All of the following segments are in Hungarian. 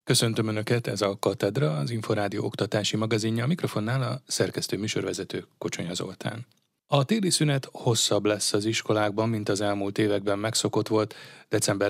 Köszöntöm Önöket, ez a Katedra, az Inforádió oktatási magazinja, a mikrofonnál a szerkesztő műsorvezető Kocsonya Zoltán. A téli szünet hosszabb lesz az iskolákban, mint az elmúlt években megszokott volt, december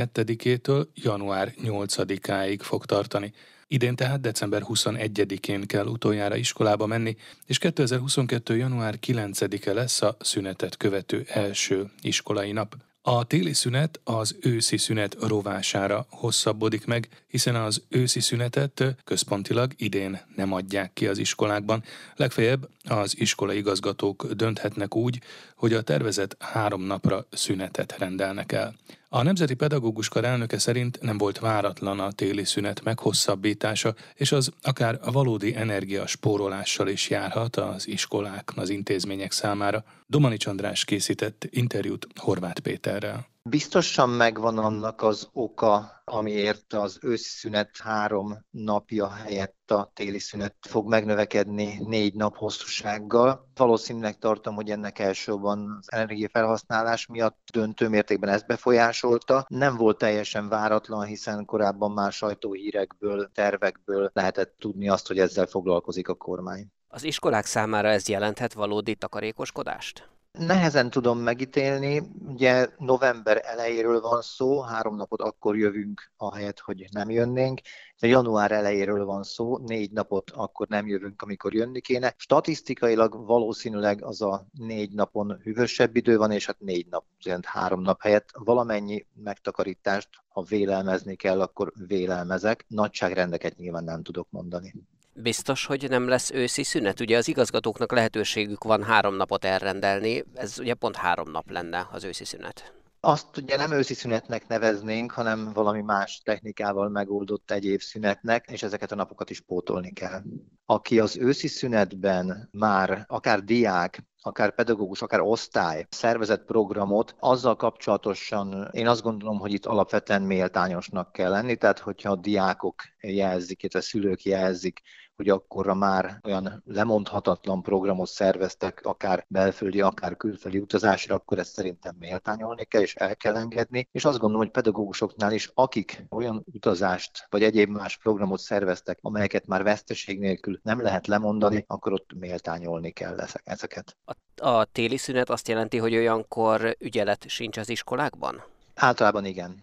22-től január 8-áig fog tartani. Idén tehát december 21-én kell utoljára iskolába menni, és 2022. január 9-e lesz a szünetet követő első iskolai nap. A téli szünet az őszi szünet rovására hosszabbodik meg, hiszen az őszi szünetet központilag idén nem adják ki az iskolákban. Legfeljebb az iskolai igazgatók dönthetnek úgy, hogy a tervezett 3 napra szünetet rendelnek el. A Nemzeti Pedagógus Kar elnöke szerint nem volt váratlan a téli szünet meghosszabbítása, és az akár a valódi energiaspórolással is járhat az iskolák, az intézmények számára. Domanics András készített interjút Horváth Péterrel. Biztosan megvan annak az oka, amiért az őszi szünet 3 napja helyett a téli szünet fog megnövekedni 4 nap hosszúsággal. Valószínűleg tartom, hogy ennek elsősorban az energiafelhasználás miatt döntő mértékben ezt befolyásolta. Nem volt teljesen váratlan, hiszen korábban már sajtóhírekből, tervekből lehetett tudni azt, hogy ezzel foglalkozik a kormány. Az iskolák számára ez jelenthet valódi takarékoskodást? Nehezen tudom megítélni, ugye november elejéről van szó, 3 napot akkor jövünk, ahelyett, hogy nem jönnénk. De január elejéről van szó, 4 napot akkor nem jövünk, amikor jönni kéne. Statisztikailag valószínűleg az a 4 napon hűvösebb idő van, és hát 4 nap, 3 nap helyett valamennyi megtakarítást, ha vélelmezni kell, akkor vélelmezek. Nagyságrendeket nyilván nem tudok mondani. Biztos, hogy nem lesz őszi szünet? Ugye az igazgatóknak lehetőségük van 3 napot elrendelni, ez ugye pont 3 nap lenne az őszi szünet. Azt ugye nem őszi szünetnek neveznénk, hanem valami más technikával megoldott egyéb szünetnek, és ezeket a napokat is pótolni kell. Aki az őszi szünetben már akár diák, akár pedagógus, akár osztály szervezett programot, azzal kapcsolatosan én azt gondolom, hogy itt alapvetően méltányosnak kell lenni, tehát hogyha a diákok jelzik, illetve a szülők jelzik, hogy akkorra már olyan lemondhatatlan programot szerveztek, akár belföldi, akár külföldi utazásra, akkor ezt szerintem méltányolni kell, és el kell engedni. És azt gondolom, hogy pedagógusoknál is, akik olyan utazást, vagy egyéb más programot szerveztek, amelyeket már veszteség nélkül nem lehet lemondani, akkor ott méltányolni kell ezeket. A téli szünet azt jelenti, hogy olyankor ügyelet sincs az iskolákban? Általában igen.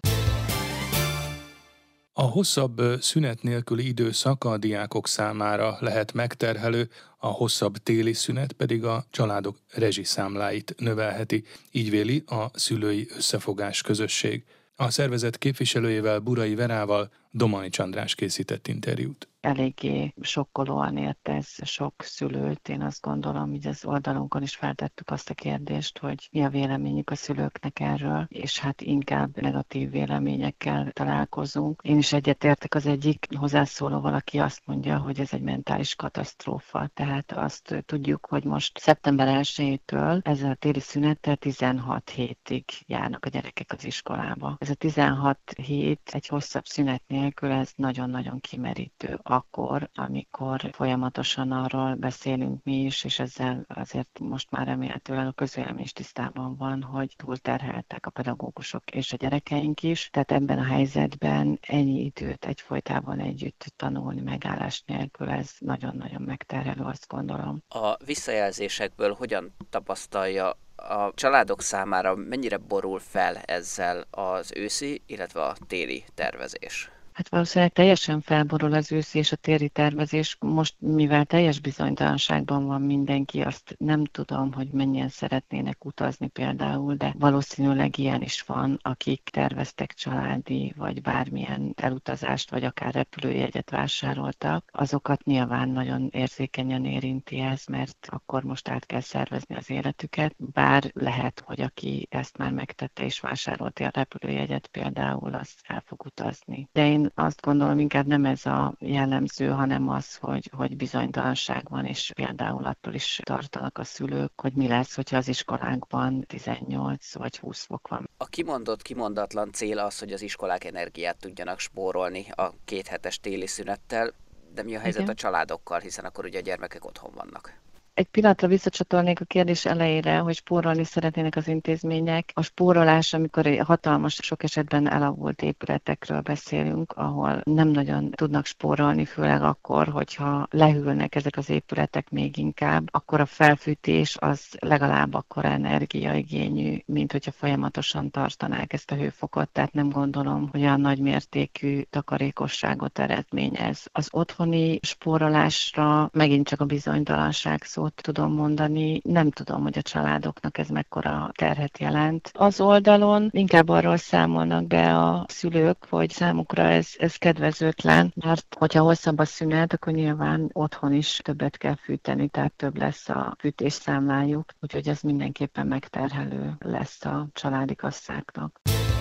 A hosszabb szünet nélküli időszak a diákok számára lehet megterhelő, a hosszabb téli szünet pedig a családok rezsiszámláit növelheti, így véli a Szülői Összefogás Közösség. A szervezet képviselőjével, Burai Verával Domanics András készített interjút. Eléggé sokkolóan ért ez sok szülőt. Én azt gondolom, hogy az oldalunkon is feltettük azt a kérdést, hogy mi a véleményük a szülőknek erről, és hát inkább negatív véleményekkel találkozunk. Én is egyetértek az egyik hozzászólóval, aki azt mondja, hogy ez egy mentális katasztrófa. Tehát azt tudjuk, hogy most szeptember 1-től ezzel a téli szünettel 16 hétig járnak a gyerekek az iskolába. Ez a 16 hét egy hosszabb szünet nélkül, ez nagyon-nagyon kimerítő. Akkor, amikor folyamatosan arról beszélünk mi is, és ezzel azért most már remélhetőleg a közvélemény is tisztában van, hogy túlterheltek a pedagógusok és a gyerekeink is. Tehát ebben a helyzetben ennyi időt egyfolytában együtt tanulni megállás nélkül, ez nagyon-nagyon megterhelő, azt gondolom. A visszajelzésekből hogyan tapasztalja a családok számára, mennyire borul fel ezzel az őszi, illetve a téli tervezés? Hát valószínűleg teljesen felborul az őszi és a téli tervezés. Most, mivel teljes bizonytalanságban van mindenki, azt nem tudom, hogy mennyien szeretnének utazni például, de valószínűleg ilyen is van, akik terveztek családi, vagy bármilyen elutazást, vagy akár repülőjegyet vásároltak. Azokat nyilván nagyon érzékenyen érinti ez, mert akkor most át kell szervezni az életüket. Bár lehet, hogy aki ezt már megtette és vásárolta a repülőjegyet például, az el fog utazni. De én azt gondolom, inkább nem ez a jellemző, hanem az, hogy bizonytalanság van, és például attól is tartanak a szülők, hogy mi lesz, hogyha az iskolákban 18 vagy 20 fok van. A kimondatlan cél az, hogy az iskolák energiát tudjanak spórolni a 2 hetes téli szünettel, de mi a helyzet a családokkal, hiszen akkor ugye a gyermekek otthon vannak? Egy pillanatra visszacsatolnék a kérdés elejére, hogy spórolni szeretnének az intézmények. A spórolás, amikor egy hatalmas, sok esetben elavult épületekről beszélünk, ahol nem nagyon tudnak spórolni, főleg akkor, hogyha lehűlnek ezek az épületek még inkább, akkor a felfűtés az legalább akkora energiaigényű, mint hogyha folyamatosan tartanák ezt a hőfokot, tehát nem gondolom, hogy olyan nagy mértékű takarékosságot eredményez. Az otthoni spórolásra megint csak a bizonytalanság szót tudom mondani. Nem tudom, hogy a családoknak ez mekkora terhet jelent. Az oldalon inkább arról számolnak be a szülők, hogy számukra ez kedvezőtlen, mert hogyha hosszabb a szünet, akkor nyilván otthon is többet kell fűteni, tehát több lesz a fűtésszámlájuk, úgyhogy ez mindenképpen megterhelő lesz a családi kasszáknak.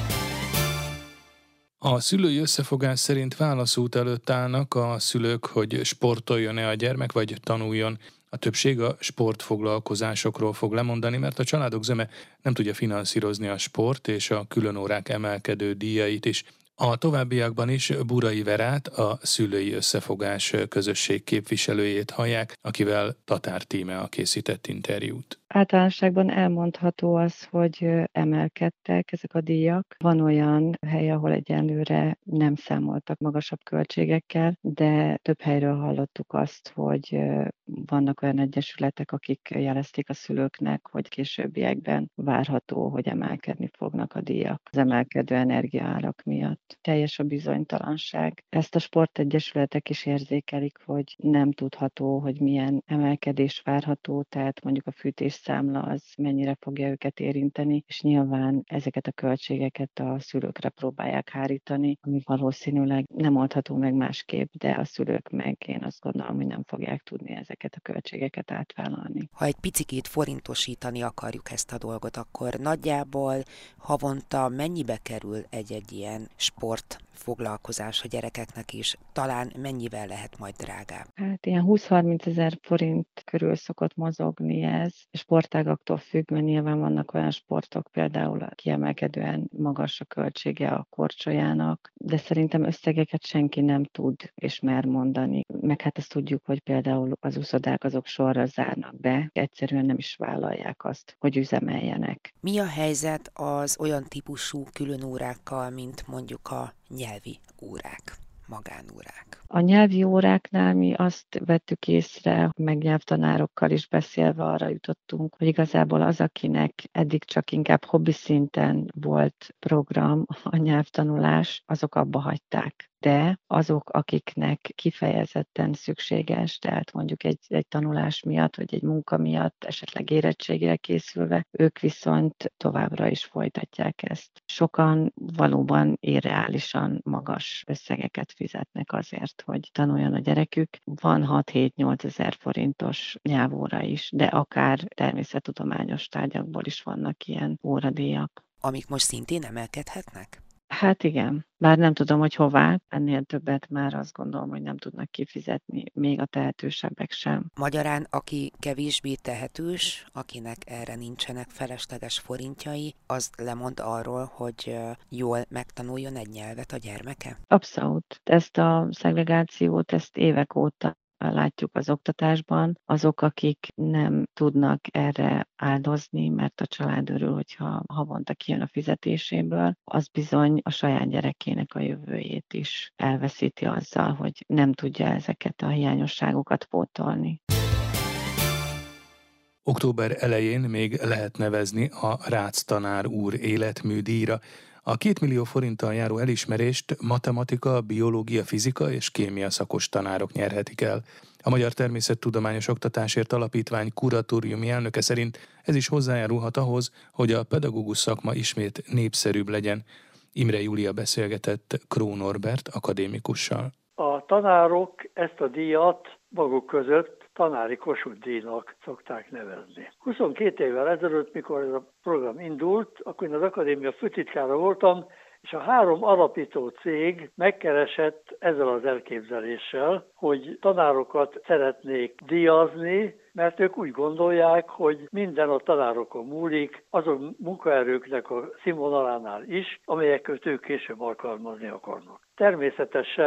A szülői összefogás szerint válaszút előtt állnak a szülők, hogy sportoljon-e a gyermek, vagy tanuljon. A többség a sportfoglalkozásokról fog lemondani, mert a családok zöme nem tudja finanszírozni a sport és a különórák emelkedő díjait is. A továbbiakban is Burai Verát, a szülői összefogás közösség képviselőjét hallják, akivel Tatár Tímea készített interjút. Általánosságban elmondható az, hogy emelkedtek ezek a díjak. Van olyan hely, ahol egyenlőre nem számoltak magasabb költségekkel, de több helyről hallottuk azt, hogy vannak olyan egyesületek, akik jelezték a szülőknek, hogy későbbiekben várható, hogy emelkedni fognak a díjak az emelkedő energiaárak miatt. Teljes a bizonytalanság. Ezt a sportegyesületek is érzékelik, hogy nem tudható, hogy milyen emelkedés várható, tehát mondjuk a fűtésszámla az mennyire fogja őket érinteni, és nyilván ezeket a költségeket a szülőkre próbálják hárítani, ami valószínűleg nem oldható meg másképp, de a szülők meg én azt gondolom, hogy nem fogják tudni ezeket a költségeket átvállalni. Ha egy picikét forintosítani akarjuk ezt a dolgot, akkor nagyjából havonta mennyibe kerül egy ilyen sportfoglalkozás a gyerekeknek is? Talán mennyivel lehet majd drágább? Hát ilyen 20-30 ezer forint körül szokott mozogni ez. Sportágaktól függ, mert nyilván vannak olyan sportok, például a kiemelkedően magas a költsége a korcsolyának, de szerintem összegeket senki nem tud és mer mondani. Meg hát azt tudjuk, hogy például az úszodák azok sorra zárnak be, egyszerűen nem is vállalják azt, hogy üzemeljenek. Mi a helyzet az olyan típusú különórákkal, mint mondjuk a nyelvi órák, magánórák? A nyelvi óráknál mi azt vettük észre, meg nyelvtanárokkal is beszélve arra jutottunk, hogy igazából az, akinek eddig csak inkább hobbi szinten volt program a nyelvtanulás, azok abba hagyták. De azok, akiknek kifejezetten szükséges, tehát mondjuk egy tanulás miatt, vagy egy munka miatt, esetleg érettségére készülve, ők viszont továbbra is folytatják ezt. Sokan valóban irreálisan magas összegeket fizetnek azért, hogy tanuljon a gyerekük. Van 6-7-8 ezer forintos nyelvóra is, de akár természettudományos tárgyakból is vannak ilyen óradíjak. Amik most szintén emelkedhetnek? Hát igen, bár nem tudom, hogy hová, ennél többet már azt gondolom, hogy nem tudnak kifizetni, még a tehetősebbek sem. Magyarán, aki kevésbé tehetős, akinek erre nincsenek felesleges forintjai, az lemond arról, hogy jól megtanuljon egy nyelvet a gyermeke? Abszolút. Ezt a szegregációt, ezt évek óta látjuk az oktatásban. Azok, akik nem tudnak erre áldozni, mert a család örül, hogyha havonta kijön a fizetéséből, az bizony a saját gyerekének a jövőjét is elveszíti azzal, hogy nem tudja ezeket a hiányosságokat pótolni. Október elején még lehet nevezni a Rácz tanár úr életműdíjra. A 2 millió forinttal járó elismerést matematika, biológia, fizika és kémia szakos tanárok nyerhetik el. A Magyar Természettudományos Oktatásért Alapítvány kuratóriumi elnöke szerint ez is hozzájárulhat ahhoz, hogy a pedagógus szakma ismét népszerűbb legyen. Imre Júlia beszélgetett Krón Norbert akadémikussal. A tanárok ezt a díjat maguk között tanári Kossuth-díjnak szokták nevezni. 22 évvel ezelőtt, mikor ez a program indult, akkor én az akadémia főtitkára voltam, és a 3 alapító cég megkeresett ezzel az elképzeléssel, hogy tanárokat szeretnék díjazni, mert ők úgy gondolják, hogy minden a tanárokon múlik, azon munkaerőknek a színvonalánál is, amelyeket ők később alkalmazni akarnak. Természetesen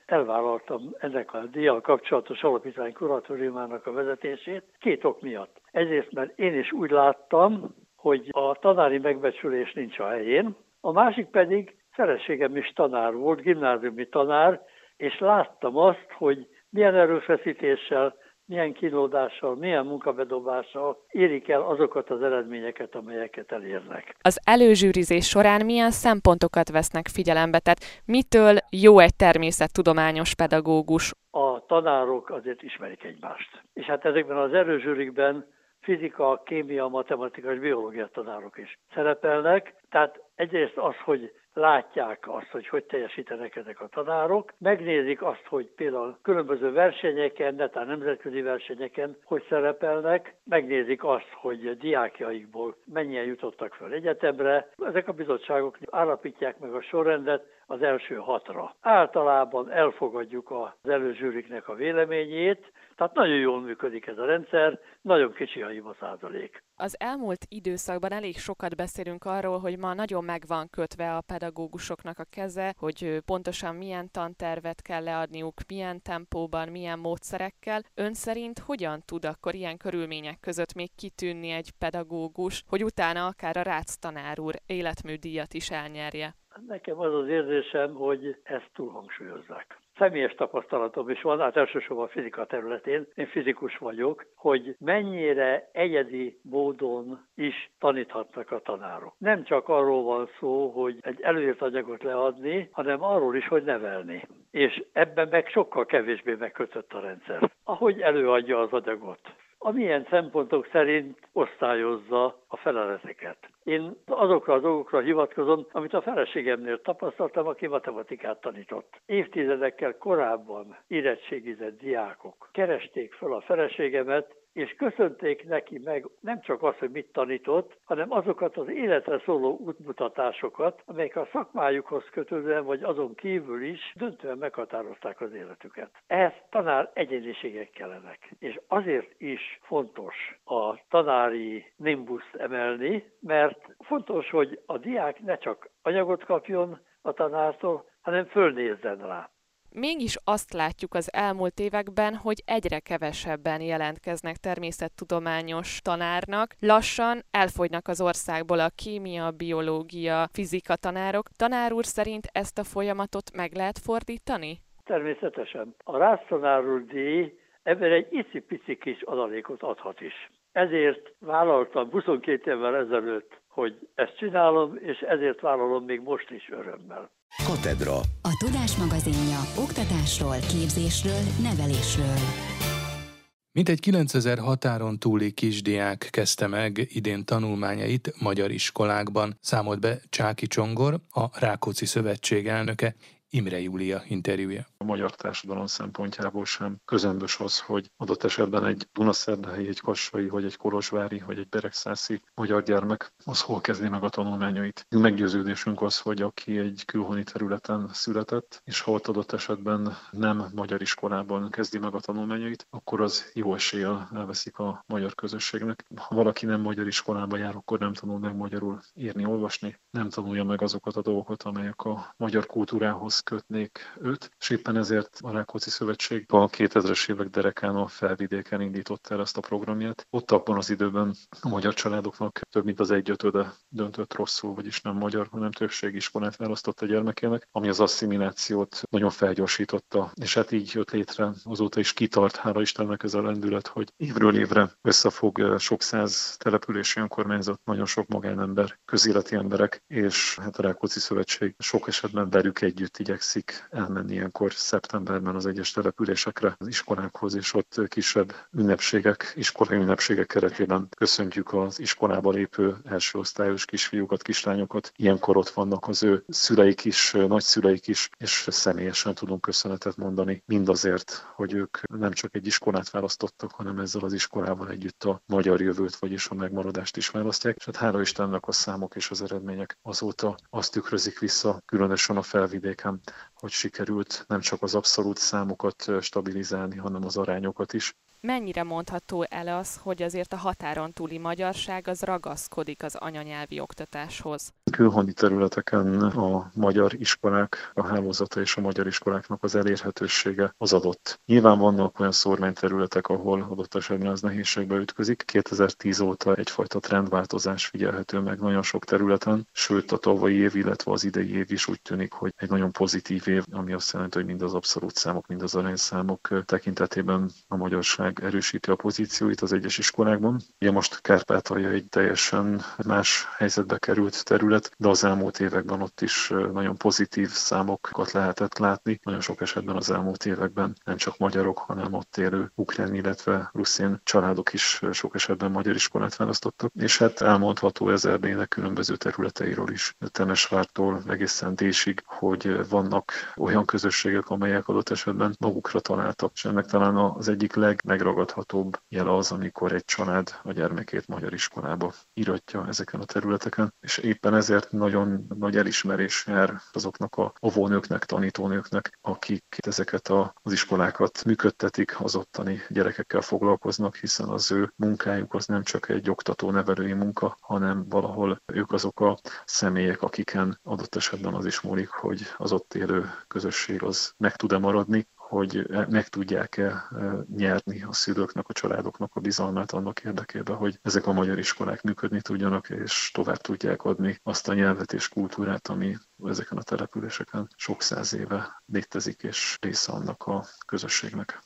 elvállaltam ennek a díjjal kapcsolatos alapítvány kuratóriumának a vezetését 2 ok miatt. Egyrészt, mert én is úgy láttam, hogy a tanári megbecsülés nincs a helyén, a másik pedig feleségem is tanár volt, gimnáziumi tanár, és láttam azt, hogy milyen erőfeszítéssel, milyen kínlódással, milyen munkabedobással érik el azokat az eredményeket, amelyeket elérnek. Az előzsűrizés során milyen szempontokat vesznek figyelembe? Tehát mitől jó egy természettudományos pedagógus? A tanárok azért ismerik egymást. És hát ezekben az előzsűrikben fizika, kémia, matematika és biológia tanárok is szerepelnek. Tehát egyrészt az, hogy látják azt, hogy teljesítenek ezek a tanárok, megnézik azt, hogy például különböző versenyeken, netán nemzetközi versenyeken hogy szerepelnek, megnézik azt, hogy diákjaikból mennyien jutottak fel egyetemre. Ezek a bizottságok állapítják meg a sorrendet az első 6-ra. Általában elfogadjuk az előzsűriknek a véleményét, tehát nagyon jól működik ez a rendszer, nagyon kicsi a hiba százalék. Az elmúlt időszakban elég sokat beszélünk arról, hogy ma nagyon meg van kötve a pedagógusoknak a keze, hogy pontosan milyen tantervet kell leadniuk, milyen tempóban, milyen módszerekkel. Ön szerint hogyan tud akkor ilyen körülmények között még kitűnni egy pedagógus, hogy utána akár a Rácz tanár úr életműdíjat is elnyerje? Nekem az az érzésem, hogy ezt túlhangsúlyozzák. Személyes tapasztalatom is van, hát elsősorban a fizika területén, én fizikus vagyok, hogy mennyire egyedi módon is taníthatnak a tanárok. Nem csak arról van szó, hogy egy előírt anyagot leadni, hanem arról is, hogy nevelni. És ebben meg sokkal kevésbé megkötött a rendszer. Ahogy előadja az anyagot, amilyen szempontok szerint osztályozza a feleleteket. Én azokra a dolgokra hivatkozom, amit a feleségemnél tapasztaltam, aki matematikát tanított. Évtizedekkel korábban érettségizett diákok keresték fel a feleségemet, és köszönték neki meg nem csak azt, hogy mit tanított, hanem azokat az életre szóló útmutatásokat, amelyek a szakmájukhoz kötődően, vagy azon kívül is döntően meghatározták az életüket. Ehhez tanár egyéniségek kellenek. És azért is fontos a tanári nimbuszt emelni, mert fontos, hogy a diák ne csak anyagot kapjon a tanártól, hanem fölnézzen rá. Mégis azt látjuk az elmúlt években, hogy egyre kevesebben jelentkeznek természettudományos tanárnak. Lassan elfogynak az országból a kémia, biológia, fizika tanárok. Tanár úr szerint ezt a folyamatot meg lehet fordítani? Természetesen. A Rácz tanár úr díj ebben egy icipici kis adalékot adhat is. Ezért vállaltam 22 évvel ezelőtt, hogy ezt csinálom, és ezért vállalom még most is örömmel. Katedra. A Tudás magazinja oktatásról, képzésről, nevelésről. Mintegy 9000 határon túli kisdiák kezdte meg idén tanulmányait magyar iskolákban, számolt be Csáky Csongor, a Rákóczi Szövetség elnöke, Imre Júlia interjúja. A magyar társadalom szempontjából sem közömbös az, hogy adott esetben egy dunaszerdahelyi, egy kassai, vagy egy kolozsvári, vagy egy beregszászi magyar gyermek az hol kezdi meg a tanulmányait. Meggyőződésünk az, hogy aki egy külhoni területen született, és ha ott adott esetben nem magyar iskolában kezdi meg a tanulmányait, akkor az jó eséllyel elveszik a magyar közösségnek. Ha valaki nem magyar iskolába jár, akkor nem tanul meg magyarul írni, olvasni, nem tanulja meg azokat a dolgokat, amelyek a magyar kultúrához kötnék őt, és éppen ezért a Rákóczi Szövetség a 2000-es évek derekán a Felvidéken indította el ezt a programját. Ott abban az időben a magyar családoknak több mint az 1/5 döntött rosszul, vagyis nem magyar, hanem többségiskolát választott a gyermekének, ami az asszimilációt nagyon felgyorsította, és hát így jött létre, azóta is kitart, hála Istennek ez a lendület, hogy évről évre összefog sok száz települési önkormányzat, nagyon sok magánember, közéleti emberek, és hát a Rákóczi Szövetség sok esetben velük együtt igyekszik elmenni ilyenkor szeptemberben az egyes településekre, az iskolákhoz, és ott kisebb ünnepségek, iskolai ünnepségek keretében köszöntjük az iskolába lépő első osztályos kisfiúkat, kislányokat. Ilyenkor ott vannak az ő szüleik is, nagyszüleik is, és személyesen tudunk köszönetet mondani mindazért, hogy ők nem csak egy iskolát választottak, hanem ezzel az iskolával együtt a magyar jövőt, vagyis a megmaradást is választják. És hát hála Istennek a számok és az eredmények azóta azt tükrözik vissza, különösen a Felvidéken, hogy sikerült nem csak az abszolút számokat stabilizálni, hanem az arányokat is. mennyire mondható el az, hogy azért a határon túli magyarság az ragaszkodik az anyanyelvi oktatáshoz? Külhoni területeken a magyar iskolák, a hálózata és a magyar iskoláknak az elérhetősége az adott. Nyilván vannak olyan szórványterületek, ahol adott esetben ez nehézségbe ütközik. 2010 óta egyfajta trendváltozás figyelhető meg nagyon sok területen, sőt a tavalyi év, illetve az idei év is úgy tűnik, hogy egy nagyon pozitív év, ami azt jelenti, hogy mind az abszolút számok, mind az arányszámok tekintetében a magyarság erősíti a pozícióit az egyes iskolákban. Ugye most Kárpátalja egy teljesen más helyzetbe került terület, de az elmúlt években ott is nagyon pozitív számokat lehetett látni. Nagyon sok esetben az elmúlt években nem csak magyarok, hanem ott élő ukrán, illetve ruszin családok is sok esetben magyar iskolát választottak. És hát elmondható Erdélynek különböző területeiről is, Temesvártól egészen Désig, hogy vannak olyan közösségek, amelyek adott esetben magukra találtak. És ennek talán az egyik legmegragadhatóbb jele az, amikor egy család a gyermekét magyar iskolába íratja ezeken a területeken. És éppen ezért nagyon nagy elismerés jár azoknak a óvónőknek, tanítónőknek, akik ezeket az iskolákat működtetik, az ottani gyerekekkel foglalkoznak, hiszen az ő munkájuk az nem csak egy oktató-nevelői munka, hanem valahol ők azok a személyek, akiken adott esetben az is múlik, hogy az ott élő közösség az meg tud-e maradni, hogy meg tudják-e nyerni a szülőknek, a családoknak a bizalmát annak érdekében, hogy ezek a magyar iskolák működni tudjanak, és tovább tudják adni azt a nyelvet és kultúrát, ami ezeken a településeken sok száz éve létezik, és része annak a közösségnek.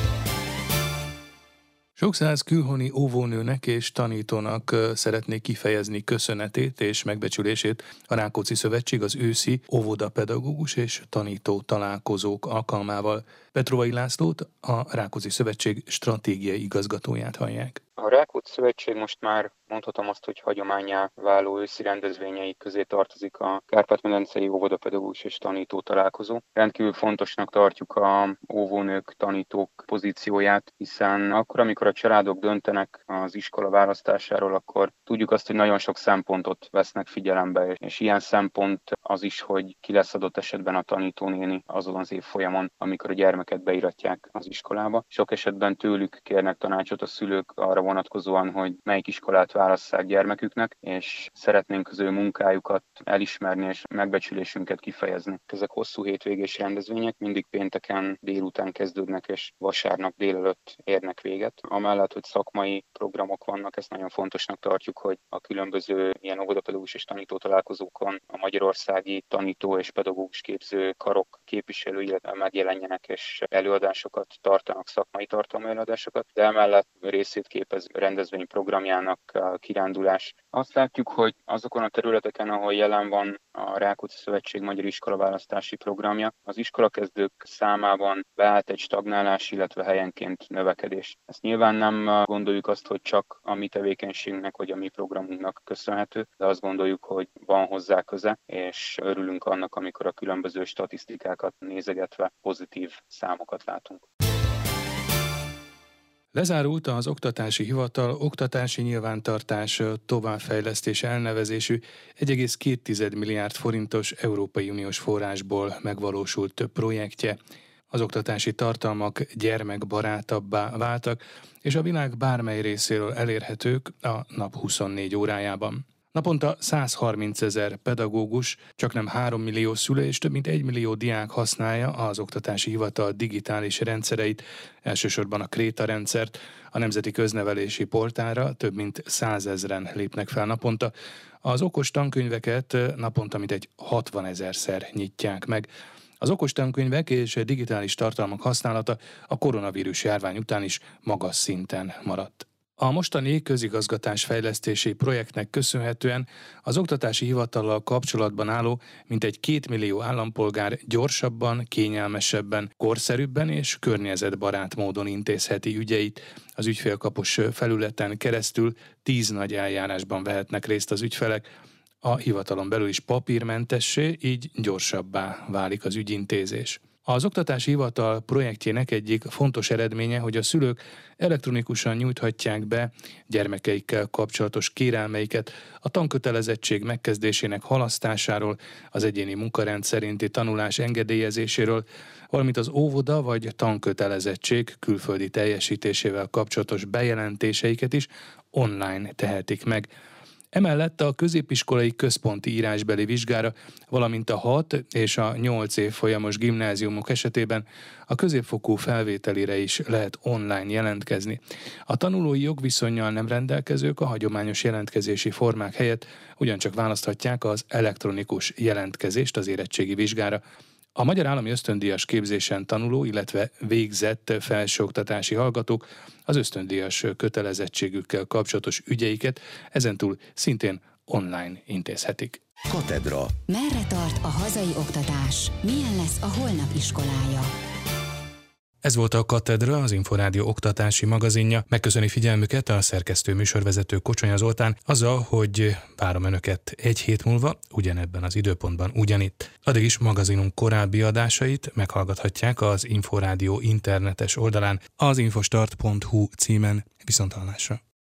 Sok száz külhoni óvónőnek és tanítónak szeretnék kifejezni köszönetét és megbecsülését a Rákóczi Szövetség az őszi óvodapedagógus és tanító találkozók alkalmával. Petrovai Lászlót, a Rákóczi Szövetség stratégiai igazgatóját hallják. A Rákóczi Szövetség most már mondhatom azt, hogy hagyománnyá váló őszi rendezvényei közé tartozik a Kárpát-medencei óvodapedagógus és tanító találkozó. Rendkívül fontosnak tartjuk a óvónők, tanítók pozícióját, hiszen akkor, amikor a családok döntenek az iskola választásáról, akkor tudjuk azt, hogy nagyon sok szempontot vesznek figyelembe, és ilyen szempont az is, hogy ki lesz adott esetben a tanítónéni azon az évfolyamon, amikor a gyermeket beiratják az iskolába. Sok esetben tőlük kérnek tanácsot a szülők arra vonatkozóan, hogy melyik iskolát válasszák gyermeküknek, és szeretnénk az ő munkájukat elismerni és megbecsülésünket kifejezni. Ezek hosszú hétvégés rendezvények, mindig pénteken délután kezdődnek, és vasárnap délelőtt érnek véget. Amellett, hogy szakmai programok vannak, ezt nagyon fontosnak tartjuk, hogy a különböző ilyen óvodapedagógus és tanító találkozókon a magyarországi tanító és pedagógus képző karok képviselői megjelenjenek, és előadásokat tartanak, szakmai tartalmú előadásokat, de emellett részét képez rendezvény programjának a kirándulás. Azt látjuk, hogy azokon a területeken, ahol jelen van a Rákóczi Szövetség magyar iskolaválasztási programja, az iskolakezdők számában beállt egy stagnálás, illetve helyenként növekedés. Ezt nyilván nem gondoljuk azt, hogy csak a mi tevékenységünknek vagy a mi programunknak köszönhető, de azt gondoljuk, hogy van hozzá köze, és örülünk annak, amikor a különböző statisztikákat nézegetve pozitív számokat látunk. Lezárult az Oktatási Hivatal oktatási nyilvántartás továbbfejlesztés elnevezésű 1,2 milliárd forintos Európai Uniós forrásból megvalósult projektje. Az oktatási tartalmak gyermekbarátabbá váltak, és a világ bármely részéről elérhetők a nap 24 órájában. Naponta 130 000 pedagógus, csaknem 3 millió szülő és több mint 1 millió diák használja az Oktatási Hivatal digitális rendszereit, elsősorban a Kréta rendszert, a Nemzeti Köznevelési Portálra több mint 100 000-en lépnek fel naponta. Az okos tankönyveket naponta mintegy 60 000-szer nyitják meg. Az okos tankönyvek és digitális tartalmak használata a koronavírus járvány után is magas szinten maradt. A mostani közigazgatásfejlesztési projektnek köszönhetően az Oktatási Hivatallal kapcsolatban álló mintegy 2 millió állampolgár gyorsabban, kényelmesebben, korszerűbben és környezetbarát módon intézheti ügyeit. Az ügyfélkapos felületen keresztül 10 nagy eljárásban vehetnek részt az ügyfelek. A hivatalon belül is papírmentessé, így gyorsabbá válik az ügyintézés. Az Oktatási Hivatal projektjének egyik fontos eredménye, hogy a szülők elektronikusan nyújthatják be gyermekeikkel kapcsolatos kérelmeiket a tankötelezettség megkezdésének halasztásáról, az egyéni munkarend szerinti tanulás engedélyezéséről, valamint az óvoda vagy tankötelezettség külföldi teljesítésével kapcsolatos bejelentéseiket is online tehetik meg. Emellett a középiskolai központi írásbeli vizsgára, valamint a 6 és a 8 évfolyamos gimnáziumok esetében a középfokú felvételire is lehet online jelentkezni. A tanulói jogviszonnyal nem rendelkezők a hagyományos jelentkezési formák helyett ugyancsak választhatják az elektronikus jelentkezést az érettségi vizsgára. A Magyar Állami Ösztöndíjas képzésen tanuló, illetve végzett felsőoktatási hallgatók az ösztöndíjas kötelezettségükkel kapcsolatos ügyeiket ezentúl szintén online intézhetik. Katedra. Merre tart a hazai oktatás? Milyen lesz a holnap iskolája? Ez volt a Katedra, az Inforádió oktatási magazinja. Megköszöni figyelmüket a szerkesztő műsorvezető Kocsonya Zoltán azzal, hogy várom Önöket egy hét múlva, ugyanebben az időpontban ugyanitt. Addig is magazinunk korábbi adásait meghallgathatják az Inforádió internetes oldalán, az infostart.hu címen. Viszonthallásra.